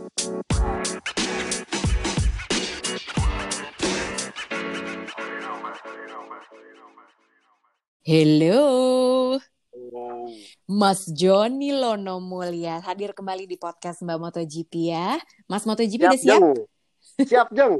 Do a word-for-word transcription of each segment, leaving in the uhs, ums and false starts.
Hello, Mas Joni Lono Mulya hadir kembali di podcast Mbak MotoGP ya. Mas MotoGP udah siap? Jeng. Siap, Jeng.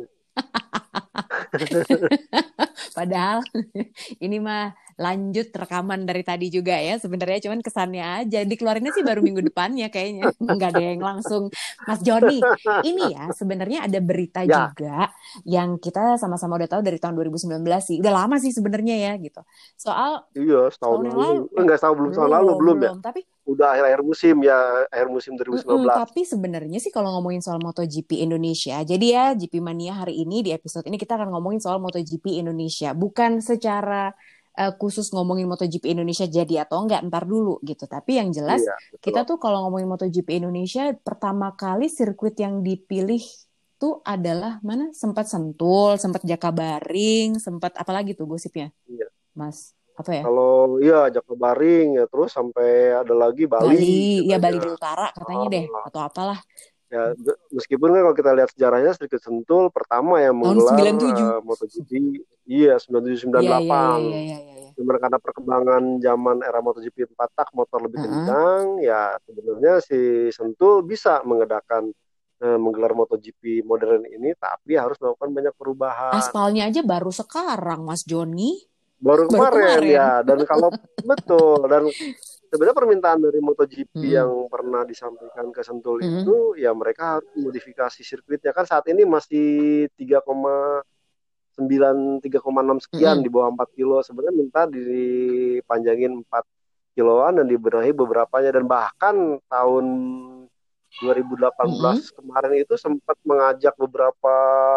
Padahal ini mah lanjut rekaman dari tadi juga ya. Sebenarnya cuman kesannya aja. Dikeluarinnya sih baru minggu depannya kayaknya. Nggak ada yang langsung. Mas Joni, ini ya sebenarnya ada berita Ya. juga yang kita sama-sama udah tahu dari tahun dua ribu sembilan belas sih. Udah lama sih sebenarnya ya gitu. Soal Iya, setahun tahun yang lalu. lalu. Eh, enggak, setahun belum, setahun lalu Belum, belum ya. belum. Tapi Udah akhir-akhir musim ya, akhir musim dua ribu sembilan Mm-mm, belas. tapi sebenarnya sih kalau ngomongin soal MotoGP Indonesia, jadi ya G P Mania hari ini di episode ini kita akan ngomongin soal MotoGP Indonesia, bukan secara uh, khusus ngomongin MotoGP Indonesia jadi atau enggak, ntar dulu gitu. Tapi yang jelas Iya, kita betul. tuh kalau ngomongin MotoGP Indonesia, pertama kali sirkuit yang dipilih tuh adalah mana? Sempat Sentul, sempat Jakabaring, sempat apa lagi tuh gosipnya, Iya. Mas? Apa ya? Kalau iya Jakabaring ya, terus sampai ada lagi Bali Bali, ya Bali katanya. di utara katanya deh, Ah, atau apalah. ya be- meskipun kan kalau kita lihat sejarahnya sirkuit Sentul pertama yang Tahun menggelar sembilan puluh tujuh. eh, MotoGP, iya sembilan puluh tujuh sembilan Iya, puluh iya, iya, delapan. iya, iya, iya. Cuman karena perkembangan zaman era MotoGP empat tak, motor lebih Heeh. kencang, ya sebenarnya si Sentul bisa mengedakan eh, menggelar MotoGP modern ini, tapi harus melakukan banyak perubahan. Aspalnya aja baru sekarang, Mas Joni. Baru Baru kemarin kemarin. ya, dan kalau betul, dan sebenarnya permintaan dari MotoGP Mm-mm. yang pernah disampaikan ke Sentul Mm-mm. itu, ya mereka harus modifikasi sirkuitnya. Kan saat ini masih tiga koma sembilan, tiga koma enam sekian Mm-mm. di bawah empat kilo. Sebenarnya minta dipanjangin empat kiloan dan dibenahi beberapanya, dan bahkan tahun dua ribu delapan Mm-mm. belas kemarin itu sempat mengajak beberapa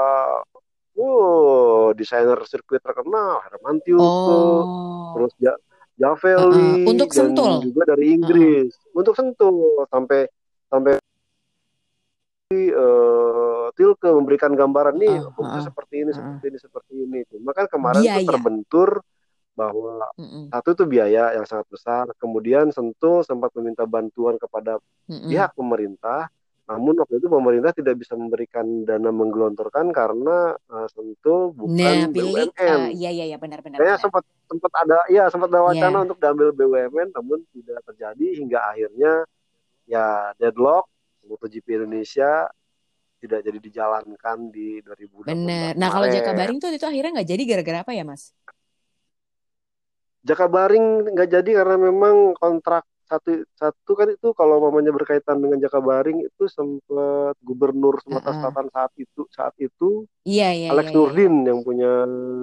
oh, desainer sirkuit terkenal, Herman Tilke, Oh. terus ja Heeh. Javelli, Untuk dan Sentul. juga dari Heeh. Inggris untuk Sentul, sampai sampai eh, Tilke memberikan gambaran nih Heeh. bagusnya Heeh. seperti ini, Heeh. seperti ini, seperti ini. Cuma kan kemarin tuh Biaya. terbentur bahwa Mm-mm. satu itu biaya yang sangat besar, kemudian Sentul sempat meminta bantuan kepada Mm-mm. pihak pemerintah, namun waktu itu pemerintah tidak bisa memberikan dana menggelontorkan karena uh, Sentul Nah, bukan pilih. B U M N. Uh, iya, iya, iya, benar, benar, Kayaknya benar. sempat sempat ada ya sempat ada wacana Iya. untuk diambil B U M N, namun tidak terjadi hingga akhirnya ya deadlock, MotoGP Indonesia tidak jadi dijalankan di dua ribu delapan belas Benar. Nah, kalau kemarin. Jakabaring tuh itu akhirnya nggak jadi gara-gara apa ya, Mas? Jakabaring nggak jadi karena memang kontrak satu satu kan itu, kalau mamanya berkaitan dengan Jakabaring itu sempat Gubernur Sumatera Heeh. Selatan saat itu saat itu Iya, iya, iya, Alex iya, iya. Nurdin yang punya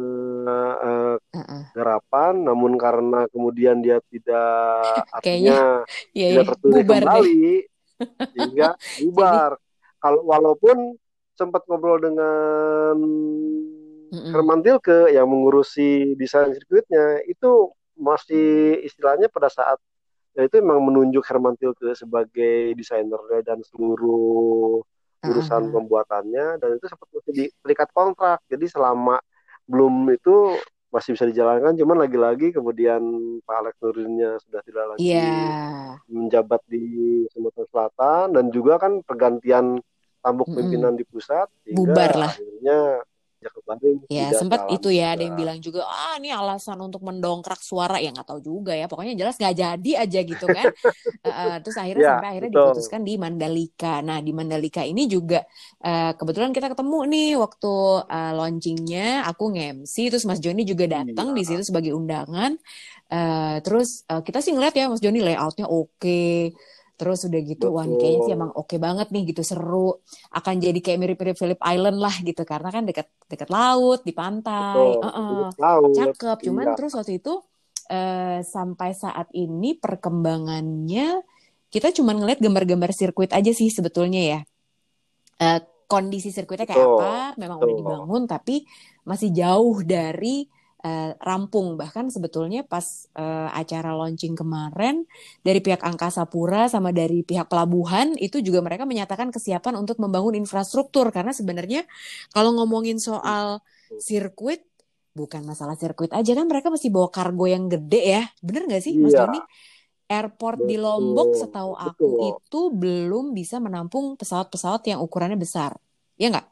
eh, Heeh. garapan, namun karena kemudian dia tidak, Kayaknya, artinya iya, iya, tidak terpilih bubar deh. kembali, sehingga Jadi, bubar. Kalau walaupun sempat ngobrol dengan mm-mm. Herman Tilke yang mengurusi desain sirkuitnya, itu masih istilahnya pada saat ya itu memang menunjuk Herman Tilke sebagai desainernya dan seluruh urusan Heeh. pembuatannya, dan itu sempat masih diikat kontrak. Jadi selama belum itu masih bisa dijalankan, cuman lagi-lagi kemudian Pak Alex Nurdinnya sudah tidak Iya, lagi menjabat di Sumatera Selatan, dan juga kan pergantian tampuk mm-mm. pimpinan di pusat, Bubar sehingga lah. akhirnya Jakabaring Ya, tidak sempat jalan itu ya, ada yang juga. bilang juga, ah ini alasan untuk mendongkrak suara, ya nggak tahu juga ya. Pokoknya jelas nggak jadi aja gitu kan. Eh, eh, terus akhirnya Ya, sampai akhirnya betul. diputuskan di Mandalika. Nah, di Mandalika ini juga eh, kebetulan kita ketemu nih waktu eh, launchingnya, aku nge-M C, terus Mas Joni juga datang di Iya, situ sebagai undangan. Eh, terus eh, kita sih ngeliat ya Mas Joni layoutnya oke. Terus udah gitu, wah ini kayaknya sih emang betul. oke banget nih gitu, seru. Akan jadi kayak mirip-mirip Phillip Island lah gitu, karena kan dekat dekat laut, di pantai. Betul. Heeh, Pinggir laut. cakep. Cuman Iya. terus waktu itu eh, sampai saat ini perkembangannya kita cuma ngeliat gambar-gambar sirkuit aja sih sebetulnya ya. Eh, kondisi sirkuitnya kayak apa, Betul. memang udah Betul. dibangun tapi masih jauh dari eh, rampung. Bahkan sebetulnya pas eh, acara launching kemarin dari pihak Angkasa Pura sama dari pihak pelabuhan itu juga mereka menyatakan kesiapan untuk membangun infrastruktur, karena sebenarnya kalau ngomongin soal sirkuit, bukan masalah sirkuit aja kan, mereka masih bawa kargo yang gede ya, bener nggak sih Mas Iya. Joni? airport di Lombok betul, setahu aku betul. itu belum bisa menampung pesawat-pesawat yang ukurannya besar. Ya nggak?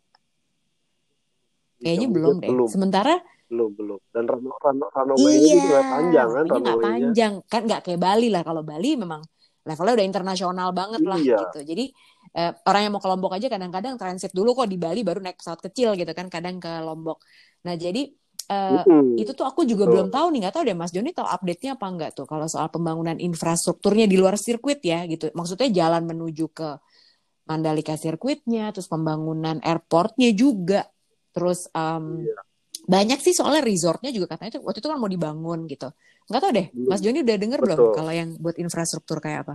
Yang Kayaknya belum budget deh. belum, Sementara belum, belum. Dan run- run- runway-nya iya, juga nggak panjang kan, runway-nya nggak runway-nya. panjang. Kan nggak kayak Bali lah. Kalau Bali memang levelnya udah internasional banget lah Iya. gitu. Jadi eh, orang yang mau ke Lombok aja kadang-kadang transit dulu kok di Bali baru naik pesawat kecil gitu kan. Kadang ke Lombok. Nah jadi eh, itu Mm-mm. tuh aku juga belum Betul. tahu nih. Nggak tahu deh Mas Joni tahu update-nya apa enggak tuh. Kalau soal pembangunan infrastrukturnya di luar sirkuit ya gitu. Maksudnya jalan menuju ke Mandalika sirkuitnya. Terus pembangunan airportnya juga. Terus um, Iya. banyak sih soalnya resortnya juga katanya tuh waktu itu kan mau dibangun gitu. Nggak tahu deh, Mas Belum. Joni udah denger belum Betul. kalau yang buat infrastruktur kayak apa?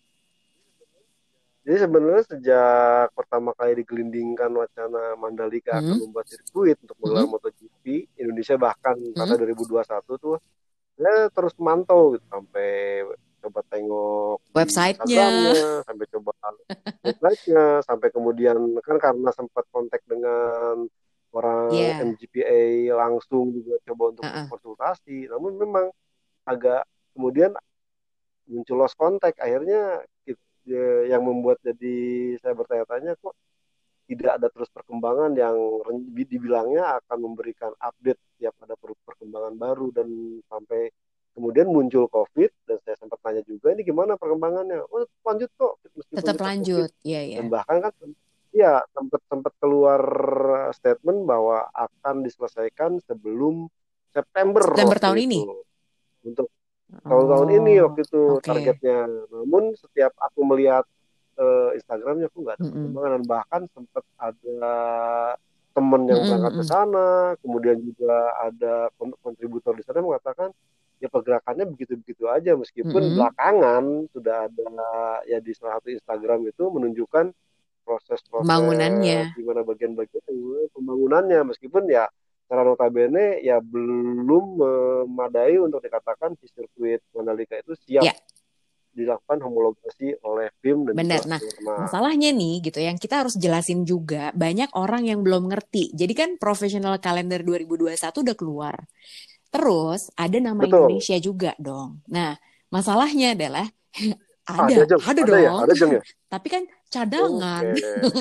Jadi sebenarnya sejak pertama kali digelindingkan wacana Mandalika akan Hmm? membuat sirkuit untuk menggelar Hmm? MotoGP, Indonesia bahkan pada Hmm? dua ribu dua puluh satu tuh saya terus mantau gitu, sampai coba tengok di Websitenya, Instagramnya, sampai coba websitenya, sampai kemudian kan karena sempat kontak dengan orang ya, M G P A langsung juga coba untuk uh-uh. berkonsultasi, namun memang agak kemudian muncul lost contact, akhirnya yang membuat jadi saya bertanya-tanya kok tidak ada terus perkembangan yang dibilangnya akan memberikan update tiap ada perkembangan baru, dan sampai kemudian muncul COVID dan saya sempat tanya juga ini gimana perkembangannya, oh lanjut kok meskipun Tetap kita COVID, lanjut, ya ya. dan bahkan kan ya sempat sempat keluar statement bahwa akan diselesaikan sebelum September September tahun waktu ini. itu untuk tahun-tahun ini Oh, waktu itu oke. targetnya. Namun setiap aku melihat eh, Instagramnya aku nggak ada Mm-mm. perkembangan, dan bahkan sempat ada temen yang Mm-mm, berangkat ke mm-mm. sana, kemudian juga ada kontributor di sana mengatakan ya pergerakannya begitu-begitu aja, meskipun Mm-mm. belakangan sudah ada ya di salah satu Instagram itu menunjukkan proses-proses Pembangunannya. di mana bagian-bagian pembangunannya, meskipun ya secara notabene ya belum memadai untuk dikatakan si sirkuit Mandalika itu siap Ya, dilakukan homologasi oleh F I M dan benar. juga Nah, Sirna. masalahnya nih gitu yang kita harus jelasin juga banyak orang yang belum ngerti. Jadi kan professional calendar dua ribu dua puluh satu udah keluar. Terus ada nama Betul. Indonesia juga dong. Nah, masalahnya adalah Ada ada, jeng, ada ada ya, dong. ada jeng ya. Tapi kan cadangan. Oke.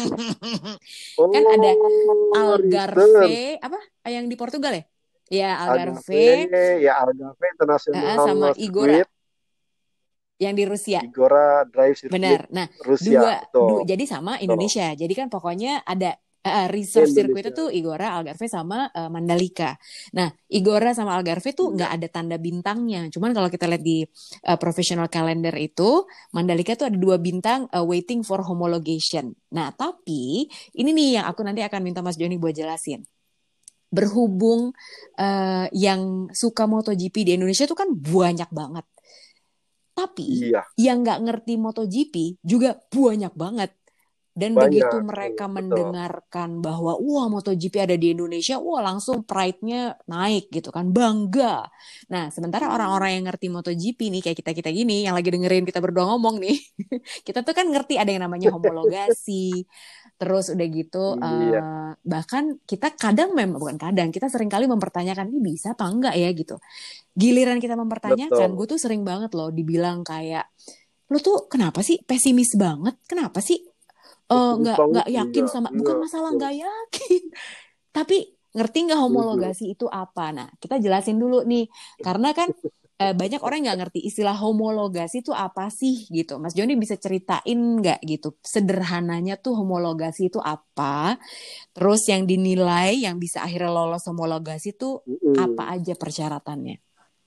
Kan ada Oh, research. Algarve, apa yang di Portugal ya? Ya, Agave, Algarve ya Agave eh, International sama Igora Circuit, yang di Rusia. Igora Drive Circuit, Benar. Nah, Rusia, dua, du, betul. jadi sama Betul. Indonesia. Jadi kan pokoknya ada uh, reserve sirkuit Indonesia. itu Igora, Algarve sama uh, Mandalika. Nah, Igora sama Algarve tuh nggak Iya. ada tanda bintangnya. Cuman kalau kita lihat di uh, professional calendar itu, Mandalika tuh ada dua bintang uh, waiting for homologation. Nah, tapi ini nih yang aku nanti akan minta Mas Joni buat jelasin. Berhubung uh, yang suka MotoGP di Indonesia tuh kan banyak banget. Tapi Iya, yang nggak ngerti MotoGP juga banyak banget. Dan begitu banyak. mereka Betul. mendengarkan bahwa wah MotoGP ada di Indonesia, wah langsung pride-nya naik gitu kan, bangga. Nah, sementara Hmm. orang-orang yang ngerti MotoGP nih kayak kita-kita gini yang lagi dengerin kita berdua ngomong nih, kita tuh kan ngerti ada yang namanya homologasi. Terus udah gitu Iya, uh, bahkan kita kadang memang bukan kadang, kita sering kali mempertanyakan ini bisa apa enggak ya gitu. Giliran kita mempertanyakan, gue betul. tuh sering banget loh dibilang kayak, lo tuh kenapa sih pesimis banget? Kenapa sih eh, Pesimis nggak banget, nggak yakin iya. sama? Iya, Bukan masalah betul. nggak yakin, tapi ngerti nggak Setuju. homologasi itu apa? Nah, kita jelasin dulu nih, karena kan eh, banyak orang yang nggak ngerti istilah homologasi itu apa sih gitu. Mas Joni bisa ceritain nggak gitu? Sederhananya tuh homologasi itu apa? Terus yang dinilai yang bisa akhirnya lolos homologasi itu Mm-mm. apa aja persyaratannya?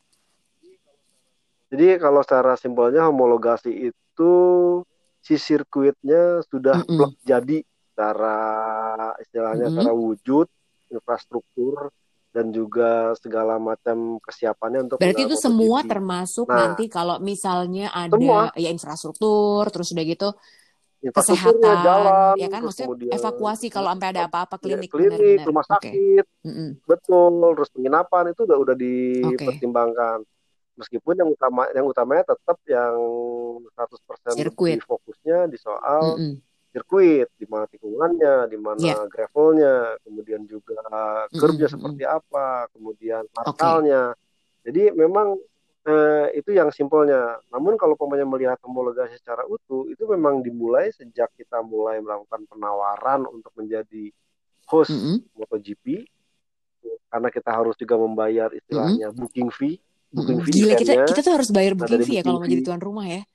Jadi kalau secara simpelnya homologasi itu si sirkuitnya sudah plek Mm-mm. jadi secara istilahnya secara Mm-mm. wujud, infrastruktur, dan juga segala macam kesiapannya untuk Berarti menggelar itu semua MotoGP. termasuk nanti Nah, kalau misalnya semua ada ya infrastruktur, terus udah gitu infrastrukturnya kesehatan, jalan, ya kan? terus Maksudnya kemudian evakuasi kalau sampai ada apa-apa ya, klinik, klinik, benar-benar. rumah Oke. sakit, Mm-mm. betul, terus penginapan itu udah udah Oke. dipertimbangkan. Meskipun yang utama yang utamanya tetap yang seratus persen lebih Sirkuit. fokusnya di soal Mm-mm. sirkuit, di mana tikungannya, di Ya. mana gravelnya, kemudian juga Mm-mm. curbnya Mm-mm. seperti apa, kemudian Oke. markalnya. Jadi memang eh, itu yang simpelnya. Namun kalau pemainnya melihat homologasi secara utuh, itu memang dimulai sejak kita mulai melakukan penawaran untuk menjadi host Mm-mm. MotoGP, karena kita harus juga membayar Mm-mm. istilahnya booking fee, Mm-mm. booking fee Gila, kita eventnya. kita tuh harus bayar Nah booking dari fee ya booking kalau mau jadi fee tuan rumah ya.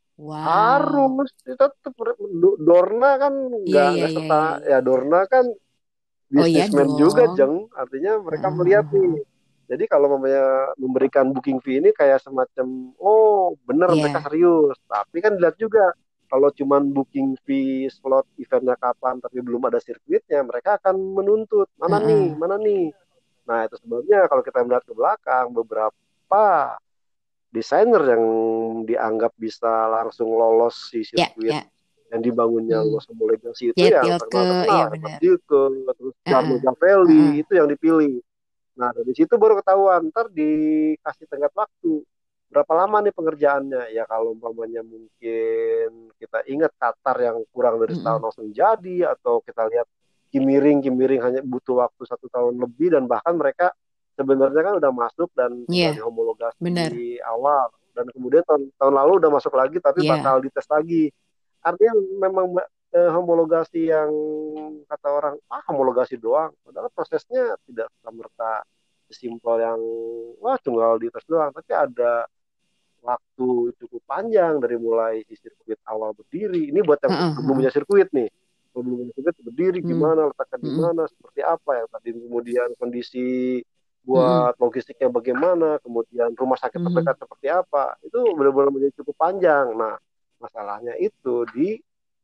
Wow. harus kita tetap Dorna kan Iya, nggak iya, nggak iya, serta iya, iya, ya, iya. Dorna kan Oh iya bisnismen juga dong. jeng, artinya mereka Heeh, melihat heeh, nih. heeh. Jadi kalau mamanya memberikan booking fee ini kayak semacam, oh bener mereka Iya. serius. Tapi kan dilihat juga kalau cuman booking fee slot eventnya kapan tapi belum ada sirkuitnya, mereka akan menuntut mana nih, Heeh. mana nih. Nah itu sebabnya kalau kita melihat ke belakang beberapa desainer yang dianggap bisa langsung lolos si Ya, sirkuit ya. yang dibangunnya Mm. Los Homologasi itu Jet yang Ilke, terkenal-terkenal, iya Herman benar. Tilke, terus Jarno Heeh. Heeh. Javelli, itu yang dipilih. Nah, dari situ baru ketahuan, ntar dikasih tenggat waktu. Berapa lama nih pengerjaannya? Ya kalau umpamanya mungkin kita ingat Qatar yang kurang dari setahun Mm-mm. langsung jadi, atau kita lihat Kimiring, Kimiring hanya butuh waktu satu tahun lebih, dan bahkan mereka sebenarnya kan udah masuk dan tinggal Iya, benar. dihomologasi awal. Dan kemudian tahun, tahun lalu udah masuk lagi, tapi Iya. bakal dites lagi. Artinya memang eh, homologasi yang kata orang, ah homologasi doang. Padahal prosesnya tidak serta-merta sesimpel yang wah tunggal di tes doang, tapi ada waktu cukup panjang dari mulai si sirkuit awal berdiri. Ini buat yang Heeh, belum heeh. punya sirkuit nih. Kalau belum punya sirkuit berdiri Mm. gimana, letakkan di Mm-mm. mana, seperti apa yang tadi, kemudian kondisi Mm-mm. buat logistiknya bagaimana, kemudian rumah sakit Mm-mm. terdekat seperti apa. Itu benar-benar menjadi cukup panjang. Nah, masalahnya itu di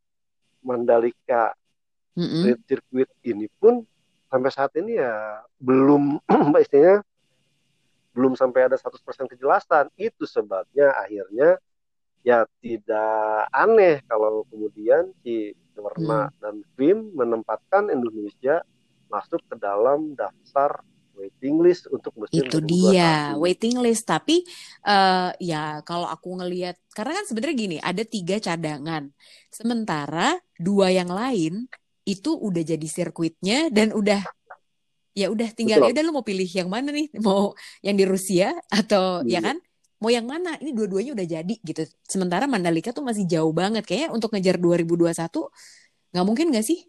Mandalika Mm-mm. Street Circuit ini pun sampai saat ini ya belum istilahnya belum sampai ada seratus persen kejelasan. Itu sebabnya akhirnya ya tidak aneh kalau kemudian si Warna Mm. dan Vim menempatkan Indonesia masuk ke dalam daftar waiting list untuk musim Itu dia dua ribu dua puluh satu. waiting list. Tapi eh, ya kalau aku ngelihat, karena kan sebenarnya gini, ada tiga cadangan. Sementara dua yang lain itu udah jadi sirkuitnya dan udah, ya udah tinggal ya Betul. udah lu mau pilih yang mana nih, mau yang di Rusia atau ya Iya. kan, mau yang mana, ini dua-duanya udah jadi gitu. Sementara Mandalika tuh masih jauh banget kayaknya untuk ngejar dua ribu dua puluh satu. Nggak mungkin nggak sih?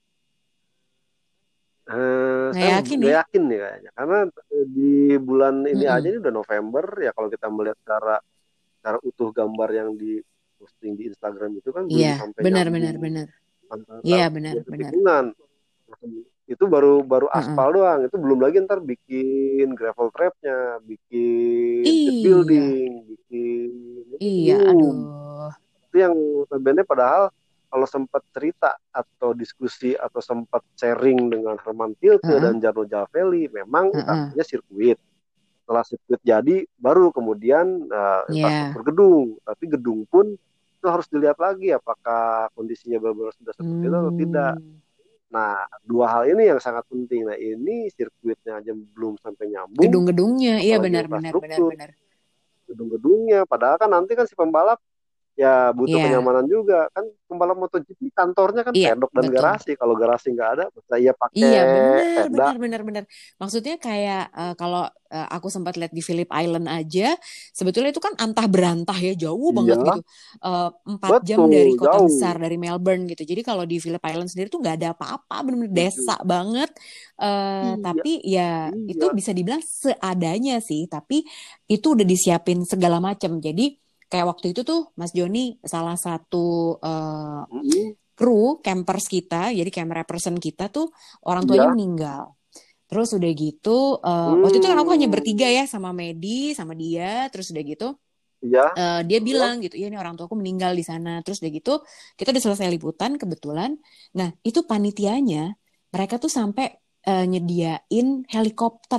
Eh, Nggak saya yakin nggak ya. yakin nih kayaknya karena di bulan ini aja Mm-mm. ini udah November ya, kalau kita melihat secara secara utuh gambar yang di posting di Instagram itu kan Iya, belum sampai benar benar nyambung benar. antara Iya, benar dua benar. tikungan. Itu baru baru Heeh. aspal doang, itu belum lagi ntar bikin gravel trapnya, bikin pit Iya, building, bikin itu iya, belum. aduh. Itu yang sebenarnya padahal kalau sempat cerita atau diskusi atau sempat sharing dengan Herman Tilke Heeh, dan Jarno Javelli, memang heeh. utamanya sirkuit. Setelah sirkuit jadi, baru kemudian uh, Iya. infrastruktur gedung. Tapi gedung pun itu harus dilihat lagi apakah kondisinya benar-benar sudah seperti itu atau tidak. Hmm. Nah, dua hal ini yang sangat penting. Nah, ini sirkuitnya aja belum sampai nyambung, Gedung-gedungnya, iya apalagi benar benar benar infrastruktur, benar. gedung-gedungnya. Padahal kan nanti kan si pembalap ya butuh Iya, kenyamanan juga. Kan pembalap MotoGP kantornya kan iya, pedok dan betul. garasi. Kalau garasi nggak ada, saya pakai Iya benar tenda. benar benar benar. Maksudnya kayak eh, kalau eh, aku sempat lihat di Phillip Island aja, sebetulnya itu kan antah berantah ya, jauh banget gitu. Iya, Eh, Empat jam dari betul, kota besar jauh. dari Melbourne gitu. Jadi kalau di Phillip Island sendiri tuh nggak ada apa-apa, benar-benar desa Tujuh. banget. Eh, Iya, tapi ya itu iya. bisa dibilang seadanya sih. Tapi itu udah disiapin segala macam. Jadi kayak waktu itu tuh Mas Joni salah satu eh, Mm-mm. kru campers kita, jadi camp represent kita tuh orang tuanya Iya. meninggal. Terus udah gitu, eh, waktu itu kan aku hanya bertiga Hmm. ya sama Medi, sama dia. Terus udah gitu, Iya. eh, dia Betul. bilang gitu, iya ini orang tuaku meninggal di sana. Terus udah gitu, kita udah selesai liputan kebetulan. Nah itu panitianya, mereka tuh sampai eh, nyediain helikopter.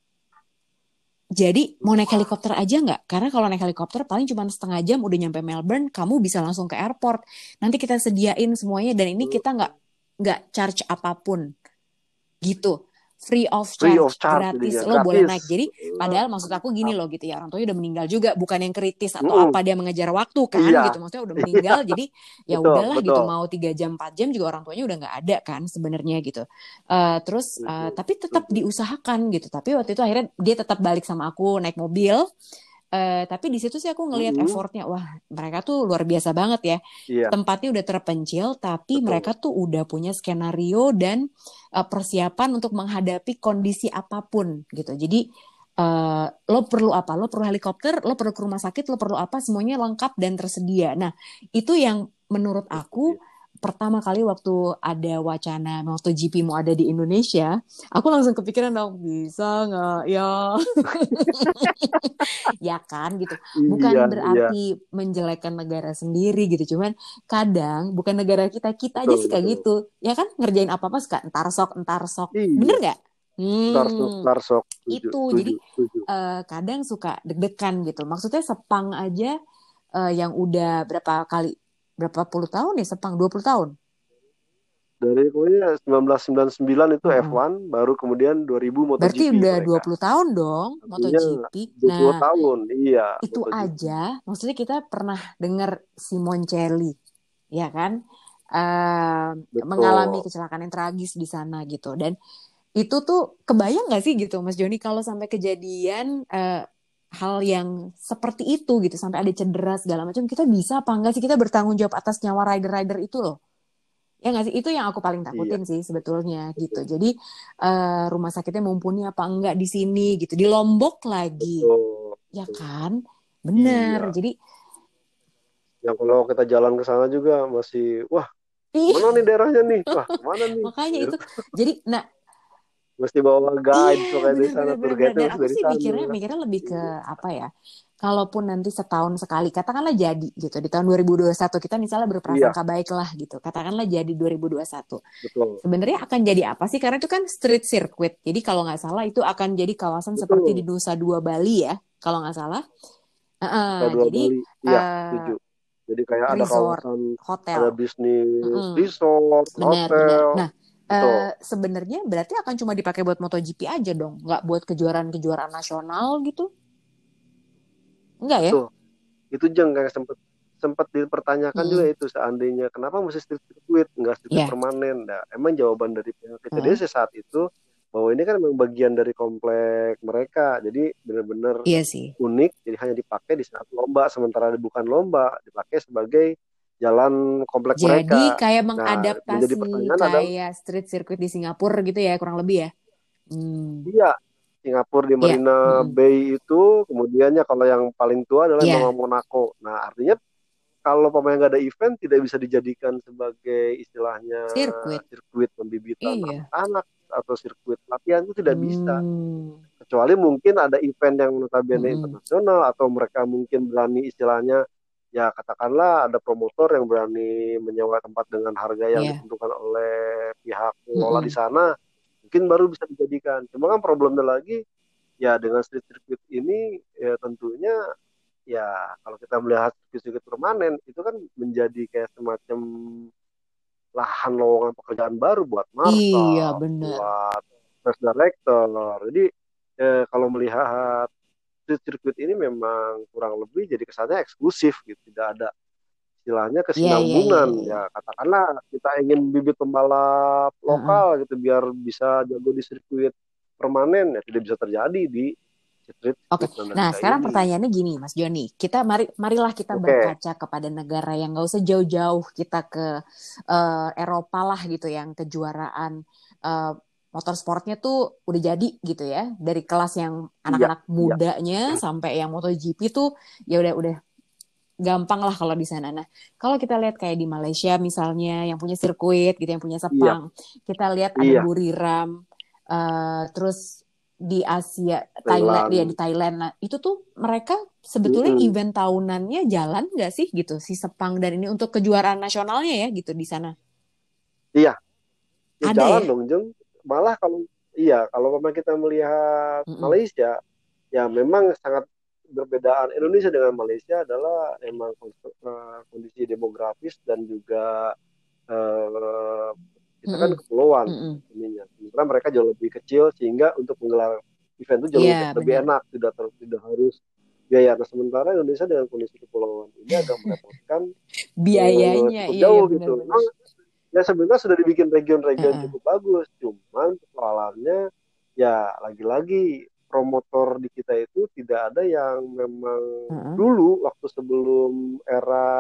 Jadi mau naik Wah, helikopter aja nggak? Karena kalau naik helikopter paling cuma setengah jam udah nyampe Melbourne, kamu bisa langsung ke airport. Nanti kita sediain semuanya dan ini kita nggak nggak charge apapun gitu, free of free charge, of charge gratis, jadinya, lo boleh gratis. naik. Jadi padahal maksud aku gini loh gitu ya, orang tuanya udah meninggal juga, bukan yang kritis atau Mm-mm. apa dia mengejar waktu kan Iya, gitu, maksudnya udah iya, meninggal. Jadi ya betul, udahlah gitu, betul. mau tiga jam empat jam juga orang tuanya udah nggak ada kan sebenarnya gitu. Eh, terus Setuju, eh, tapi tetap setuju. diusahakan gitu. Tapi waktu itu akhirnya dia tetap balik sama aku naik mobil. Uh, tapi di situ sih aku ngelihat Mm-mm. effortnya, wah mereka tuh luar biasa banget ya. Iya, Tempatnya udah terpencil, tapi betul. mereka tuh udah punya skenario dan uh, persiapan untuk menghadapi kondisi apapun gitu. Jadi uh, lo perlu apa? Lo perlu helikopter, lo perlu ke rumah sakit, lo perlu apa? Semuanya lengkap dan tersedia. Nah itu yang menurut Itu aku dia. pertama kali waktu ada wacana MotoGP mau ada di Indonesia, aku langsung kepikiran dong, bisa nggak ya? Ya kan gitu. Iya, Bukan iya, berarti menjelekkan negara sendiri gitu. Cuman kadang bukan negara kita, kita aja betul, suka betul. gitu. Ya kan ngerjain apa-apa suka entar sok, entar sok. Bener Iya, nggak? Tarsok, Hmm, Tarsok, setuju, itu. Jadi setuju, setuju. eh, kadang suka deg-degan gitu. Maksudnya Sepang aja eh, yang udah berapa kali, berapa puluh tahun ya Sepang? Dua puluh tahun. Dari pokoknya seribu sembilan ratus sembilan puluh sembilan itu Mm-mm. F satu, baru kemudian dua ribu Berarti MotoGP udah dua mereka. puluh tahun dong Artinya MotoGP. dua puluh Nah, tahun, iya, itu MotoGP. aja, maksudnya kita pernah dengar Simoncelli, ya kan, Eh, mengalami Betul. kecelakaan yang tragis di sana gitu. Dan itu tuh kebayang nggak sih gitu, Mas Joni, kalau sampai kejadian eh, hal yang seperti itu gitu, sampai ada cedera segala macam, kita bisa apa enggak sih kita bertanggung jawab atas nyawa rider-rider itu loh? Ya nggak sih, itu yang aku paling Iya, takutin sih sebetulnya gitu. betul. Jadi eh, rumah sakitnya mumpuni apa enggak di sini gitu, di Lombok lagi, Betul. ya Betul. kan? Bener. Iya. Jadi Yang kalau kita jalan ke sana juga masih, wah, ih, mana nih daerahnya nih? Wah, kemana nih? makanya itu. Gitu. Jadi, nah, Mesti bawa iya, guide, pokoknya dari sana, benar-benar tour benar-benar. guide-nya Dan mesti aku dari sih sana. mikirnya, mikirnya lebih ke Iya. apa ya? Kalaupun nanti setahun sekali, katakanlah jadi gitu di tahun dua ribu dua puluh satu kita misalnya Iya, berprasangka baik lah gitu. Katakanlah jadi dua ribu dua puluh satu. betul. Sebenarnya akan jadi apa sih? Karena itu kan street circuit. Jadi kalau nggak salah itu akan jadi kawasan seperti di Betul. Nusa Dua Bali ya, kalau nggak salah. Nusa Heeh, Dua jadi Bali. Iya, eh, setuju. Jadi kayak ada resort, kawasan, ada hotel. bisnis Mm-mm. resort, Benar-benar. hotel. Nah, Betul. eh, sebenarnya berarti akan cuma dipakai buat MotoGP aja dong, nggak buat kejuaraan-kejuaraan nasional gitu? Enggak ya? Betul. Itu jeng kayak sempat sempat dipertanyakan juga Mm-mm. itu, seandainya kenapa mesti street circuit nggak sirkuit Ya. permanen. Nah, emang jawaban dari pihak Heeh. P T D C saat itu bahwa ini kan memang bagian dari komplek mereka, jadi benar-benar Iya sih. unik, jadi hanya dipakai di saat lomba, sementara bukan lomba dipakai sebagai jalan komplek Jadi mereka. kayak Nah, menjadi mengadaptasi pertanyaan adalah, kayak street circuit di Singapura gitu ya, kurang lebih ya. Hmm. iya, Singapura di Ya. Marina Mm-mm. Bay itu, kemudiannya kalau yang paling tua adalah memang Ya. Monaco. Nah, artinya kalau pemain nggak ada event tidak bisa dijadikan sebagai istilahnya Sirkuit. sirkuit pembibitan Iya. anak-anak atau sirkuit latihan, itu tidak bisa, Hmm. kecuali mungkin ada event yang notabene Mm-mm. internasional, atau mereka mungkin berani istilahnya, ya katakanlah ada promotor yang berani menyewa tempat dengan harga yang Ya. ditentukan oleh pihak pengelola di Mm-mm. sana, mungkin baru bisa dijadikan. Cuma kan problemnya lagi, ya dengan street circuit ini ya tentunya, ya kalau kita melihat sirkuit-sirkuit permanen itu kan menjadi kayak semacam lahan lowongan pekerjaan baru buat Iya, marshal, bener. buat race director. Jadi eh, kalau melihat street circuit ini memang kurang lebih jadi kesannya eksklusif gitu, tidak ada istilahnya Iya, iya, iya, kesinambungan. iya, iya. Ya katakanlah kita ingin bibit pembalap Heeh. lokal gitu biar bisa jago di sirkuit permanen, ya tidak bisa terjadi di street Oke, circuit nah Mandalika sekarang ini. pertanyaannya gini, Mas Joni, kita mari marilah kita Oke, berkaca kepada negara yang nggak usah jauh-jauh, kita ke eh, Eropa lah gitu, yang kejuaraan eh, motorsportnya tuh udah jadi gitu ya, dari kelas yang iya, anak-anak iya, mudanya sampai yang MotoGP tuh ya udah udah gampang lah kalau di sana. Nah, kalau kita lihat kayak di Malaysia misalnya yang punya sirkuit gitu, yang punya iya, Sepang, kita lihat ada iya. Buriram, eh, terus di Asia, Thailand, ya di Thailand. Thailand. Nah, itu tuh mereka sebetulnya Mm-mm. event tahunannya jalan nggak sih gitu, si Sepang dan ini untuk kejuaraan nasionalnya ya gitu di sana. Iya, ya Ada jalan ya? dong, Jeng. Malah kalau iya, kalau memang kita melihat Mm-mm. Malaysia, ya memang sangat berbedaan Indonesia dengan Malaysia adalah memang eh, kondisi demografis dan juga eh, kita kan Mm-mm. kepulauan Mm-mm. ininya. Sementara mereka jauh lebih kecil sehingga untuk menggelar event itu jauh Iya, lebih, lebih benar. enak, tidak ter, tidak harus biaya. Nah, sementara Indonesia dengan kondisi kepulauan ini agak merepotkan, eh, Biayanya, cukup iya ya jauh gitu. benar-benar. Memang ya sebenarnya sudah dibikin region-region Heeh. cukup bagus, cuman persoalannya ya lagi-lagi promotor di kita itu tidak ada yang memang Uh-uh. dulu waktu sebelum era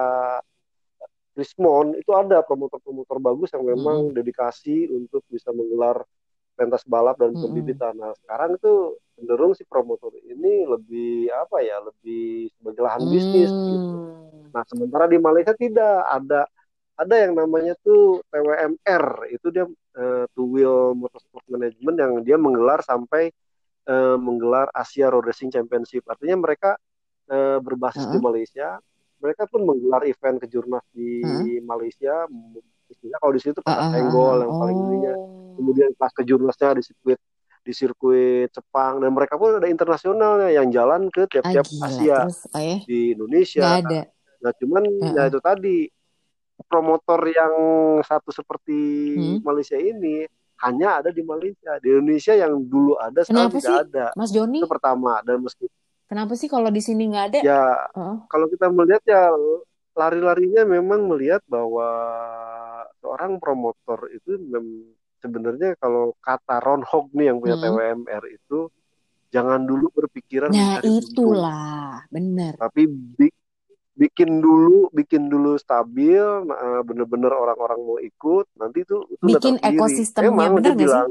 Rismon itu ada promotor-promotor bagus yang memang Mm-mm. dedikasi untuk bisa menggelar pentas balap dan Mm-mm. pembibitan. Nah sekarang itu cenderung si promotor ini lebih apa ya, lebih sebagai lahan bisnis gitu. Hmm. Nah sementara di Malaysia tidak ada ada yang namanya tuh T W M R, itu dia uh, Two Wheel Motorsport Management yang dia menggelar sampai uh, menggelar Asia Road Racing Championship. Artinya mereka uh, berbasis di Uh-uh. Malaysia, mereka pun menggelar event kejurnas Uh-uh. di Malaysia. Istilah kalau di situ pakai Uh-uh. senggol Uh-uh. yang paling ininya. Oh. Kemudian pas kejurnasnya di sirkuit di sirkuit Sepang, dan mereka pun ada internasionalnya yang jalan ke Ah tiap-tiap gila, Asia terus oh ya, di nggak Indonesia. ada. Nah cuman ya Uh-uh. itu tadi, promotor yang satu seperti Hmm. Malaysia ini hanya ada di Malaysia. Di Indonesia yang dulu ada sekarang Kenapa tidak sih, ada. Mas Joni? Itu pertama. Dan meski Kenapa sih kalau di sini nggak ada? ya Uh-uh. kalau kita melihat ya lari-larinya memang melihat bahwa seorang promotor itu mem- sebenarnya kalau kata Ron Hog nih yang punya Hmm. T W M R itu, jangan dulu berpikiran Nah mencari untung, itulah, bener. tapi bi- bikin dulu bikin dulu stabil, nah, bener-bener orang-orang mau ikut, nanti itu itu datang Bikin sendiri. ekosistemnya, Memang bener dia nggak sih? bilang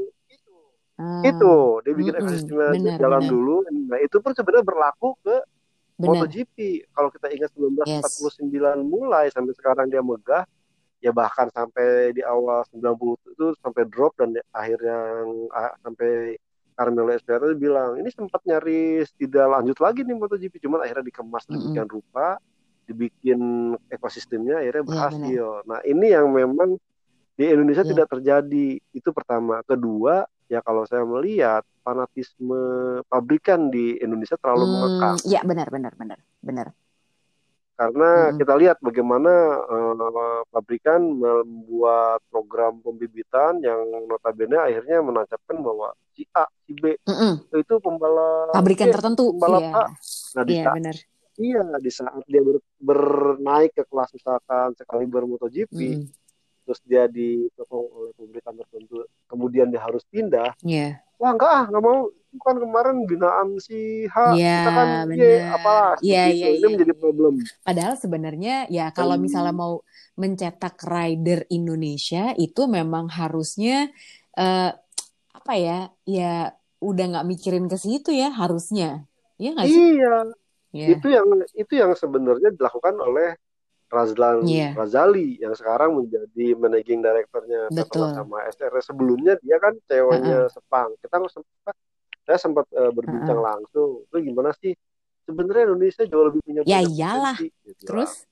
itu, Ah, dia bikin mm-mm, ekosistemnya bener jalan bener dulu. Nah itu pun sebenarnya berlaku ke bener. MotoGP. Kalau kita ingat Yes. seribu sembilan ratus empat puluh sembilan mulai sampai sekarang dia megah, ya bahkan sampai di awal sembilan puluh itu sampai drop, dan akhirnya ah, sampai Carmelo Espargaro bilang ini sempat nyaris tidak lanjut lagi nih MotoGP, cuman akhirnya dikemas Mm-mm. demikian rupa, dibikin ekosistemnya, akhirnya Iya bener. berhasil. Nah ini yang memang di Indonesia Iya. tidak terjadi. Itu pertama. Kedua, ya kalau saya melihat fanatisme pabrikan di Indonesia terlalu Hmm, mengekang. iya benar benar benar benar. Karena Mm-mm. kita lihat bagaimana uh, pabrikan membuat program pembibitan yang notabene akhirnya menancapkan bahwa si A, si B Mm-mm. itu pembalap Pabrikan B, tertentu. pembalap Iya. A. Nah di Iya saat benar. iya di saat dia ber, bernaik ke kelas misalkan sekali MotoGP, Mm-mm. terus dia dipotong oleh pabrikan tertentu, kemudian dia harus pindah. Iya. Wah enggak ah, nggak mau. Itu kan kemarin binaan si H, Iya kita kan Y, benar. apalah Iya seperti itu. iya Ini iya menjadi iya. problem. Padahal sebenarnya ya Dan kalau misalnya mau mencetak rider Indonesia itu memang harusnya eh, apa ya? Ya udah nggak mikirin ke situ ya harusnya. Iya nggak sih? iya, itu Iya. yang itu yang sebenarnya dilakukan oleh Razlan Iya, Razali yang sekarang menjadi managing directornya Petronas betul. sama S R. Sebelumnya dia kan C E O-nya Heeh, Sepang. Kita sempat saya sempat uh, berbincang heeh. langsung. Itu gimana sih? Sebenarnya Indonesia jauh lebih punya Ya banyak iyalah. potensi. Dia bilang, Terus?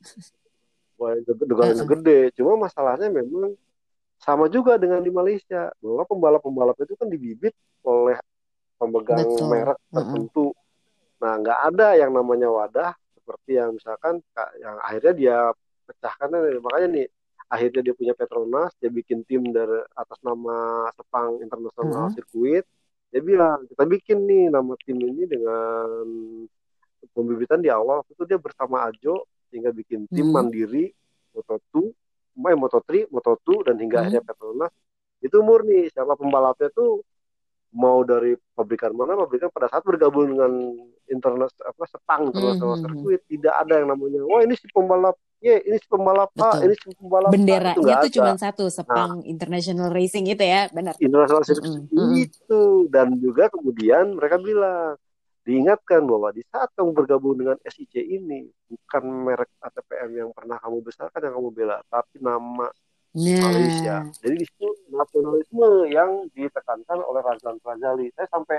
wah negaranya Heeh. gede. Cuma masalahnya memang sama juga dengan di Malaysia, bahwa pembalap-pembalap itu kan dibibit oleh pemegang Betul. merek Heeh. tertentu. Nah, nggak ada yang namanya wadah seperti yang misalkan yang akhirnya dia pecahkan. Makanya nih, akhirnya dia punya Petronas, dia bikin tim dari atas nama Sepang International Heeh. Circuit. Dia bilang, kita bikin nih nama tim ini dengan pembibitan di awal. Itu dia bersama Ajo, sehingga bikin tim Hmm. mandiri, Moto dua, eh, Moto tiga, Moto dua, dan hingga Hmm. akhirnya Petronas. Itu murni, siapa pembalapnya tuh mau dari pabrikan mana, pabrikan pada saat bergabung dengan internet apa Sepang Hmm. International Hmm, hmm. Circuit tidak ada yang namanya wah ini si pembalap Y, ini si pembalap A, Betul. ini si pembalap A, itu Benderanya nggak tuh cuma ada. satu, Nah, Sepang International Racing itu ya, benar. International Circuit Mm-mm. Mm-mm. itu, dan juga kemudian mereka bilang, diingatkan bahwa di saat kamu bergabung dengan S I C ini, bukan merek A T P M yang pernah kamu besarkan yang kamu bela, tapi nama Malaysia. Nah, Jadi di situ nasionalisme yang ditekankan oleh Razlan Razali. Saya sampai,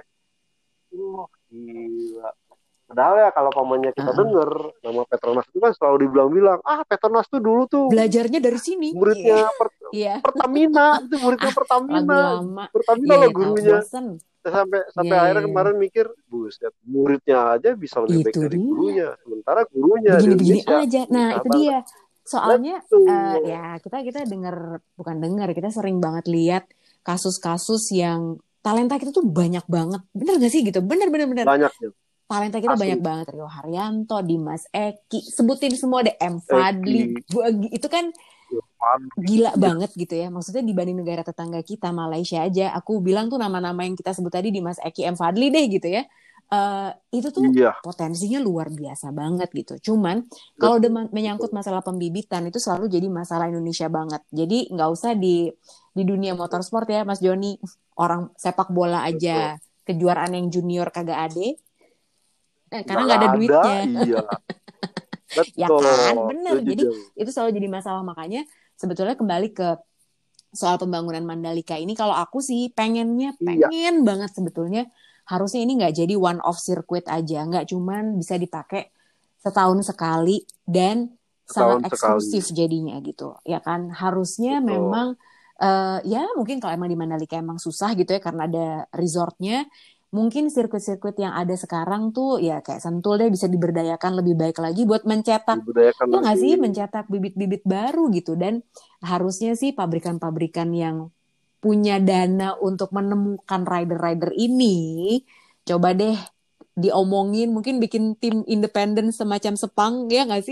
wah gila. Padahal ya kalau pamannya kita uh-uh. denger nama Petronas itu kan selalu dibilang-bilang, ah Petronas tuh dulu tuh Belajarnya dari sini. Iya. muridnya per- Iya. Pertamina, itu muridnya Ah, lagu Pertamina. lama. Pertamina Iya, loh iya tahu. gurunya. Bosen. Saya sampai Iya, sampai iya, akhirnya iya. kemarin mikir, buset, muridnya aja bisa lebih baik Itu dari dia. gurunya. Sementara gurunya di Begini-begini Indonesia aja. Nah, susah itu banget. dia. Soalnya eh, Betul. ya kita kita dengar bukan dengar, kita sering banget lihat kasus-kasus yang talenta kita tuh banyak banget. Bener gak sih gitu? Bener bener bener. Banyak ya. Talenta kita banyak Asli. banget. Rio Haryanto, Dimas Eki, sebutin semua deh, M Fadli, Eki. Buagi. Itu kan gila banget gitu ya. Maksudnya dibanding negara tetangga kita, Malaysia aja, aku bilang tuh nama-nama yang kita sebut tadi di Mas Eki M. Fadli deh gitu ya. Uh, itu tuh iya. Potensinya luar biasa banget gitu. Cuman kalau de- menyangkut masalah pembibitan itu selalu jadi masalah Indonesia banget. Jadi nggak usah di di dunia motorsport ya Mas Joni. Orang sepak bola aja betul. Kejuaraan yang junior kagak ade. Eh, karena nggak ada, ada duitnya. Iya. Betul. Ya kan, bener. Jadi itu selalu jadi masalah. Makanya sebetulnya kembali ke soal pembangunan Mandalika ini, kalau aku sih pengennya, pengen iya. banget sebetulnya harusnya ini nggak jadi one off circuit aja, nggak cuman bisa dipakai setahun sekali dan setahun sangat eksklusif sekali. Jadinya gitu, ya kan? Harusnya betul. Memang uh, ya mungkin kalau emang di Mandalika emang susah gitu ya karena ada resortnya. Mungkin sirkuit-sirkuit yang ada sekarang tuh ya kayak Sentul deh bisa diberdayakan lebih baik lagi buat mencetak ya nggak sih mencetak bibit-bibit baru gitu. Dan harusnya sih pabrikan-pabrikan yang punya dana untuk menemukan rider-rider ini coba deh diomongin mungkin bikin tim independen semacam Sepang ya nggak sih?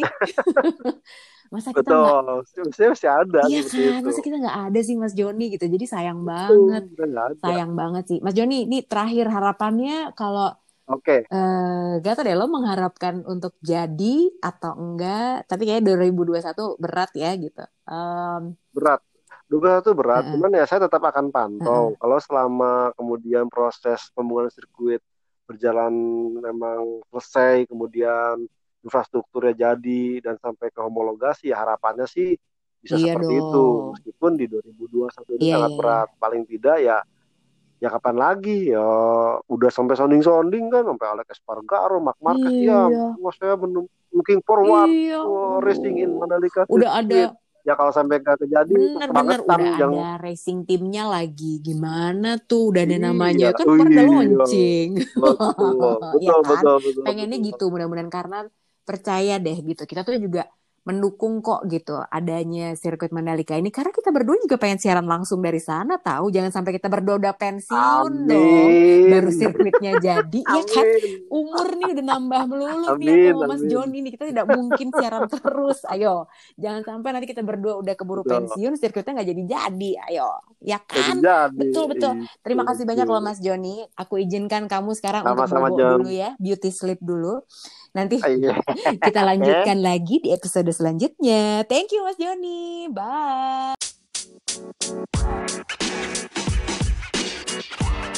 Masa kita nggak masih masih ada iya kan itu. Masa kita nggak ada sih Mas Joni gitu, jadi sayang Betul, banget sayang banget sih Mas Joni. Ini terakhir harapannya kalau oke okay. uh, gak tau deh lo mengharapkan untuk jadi atau enggak, tapi kayak dua ribu dua puluh satu berat ya gitu. Um, berat dua ribu dua puluh satu berat uh-uh. Cuman ya saya tetap akan pantau uh-uh. kalau selama kemudian proses pembangunan sirkuit berjalan memang selesai, kemudian infrastrukturnya jadi dan sampai ke homologasi, ya harapannya sih bisa iya seperti dong. Itu meskipun di dua ribu dua puluh satu ini yeah, sangat yeah. berat, paling tidak ya ya kapan lagi ya udah sampai sounding-sounding kan sampai Alex Espargaro, Marc Marquez iya. ya maksudnya looking forward iya. oh, racing in Mandalika udah ada ya kalau sampai gak terjadi bener-bener udah yang... ada racing timnya lagi gimana tuh udah ada namanya iya, kan oh, pada iya. launching betul, betul, ya kan betul, betul, pengennya betul. Gitu mudah-mudahan karena percaya deh gitu kita tuh juga mendukung kok gitu adanya sirkuit Mandalika ini karena kita berdua juga pengen siaran langsung dari sana tahu, jangan sampai kita berdua udah pensiun Amin. Dong baru sirkuitnya jadi ya kan umur nih udah nambah melulu Amin. Nih aku sama Mas Joni nih kita tidak mungkin siaran terus, ayo jangan sampai nanti kita berdua udah keburu betul. Pensiun sirkuitnya nggak jadi-jadi, ayo ya kan jadi. Betul betul terima betul, kasih betul. Banyak loh Mas Joni, aku izinkan kamu sekarang sama-sama untuk bobo dulu ya beauty sleep dulu. Nanti kita lanjutkan lagi di episode selanjutnya. Thank you Mas Joni. Bye.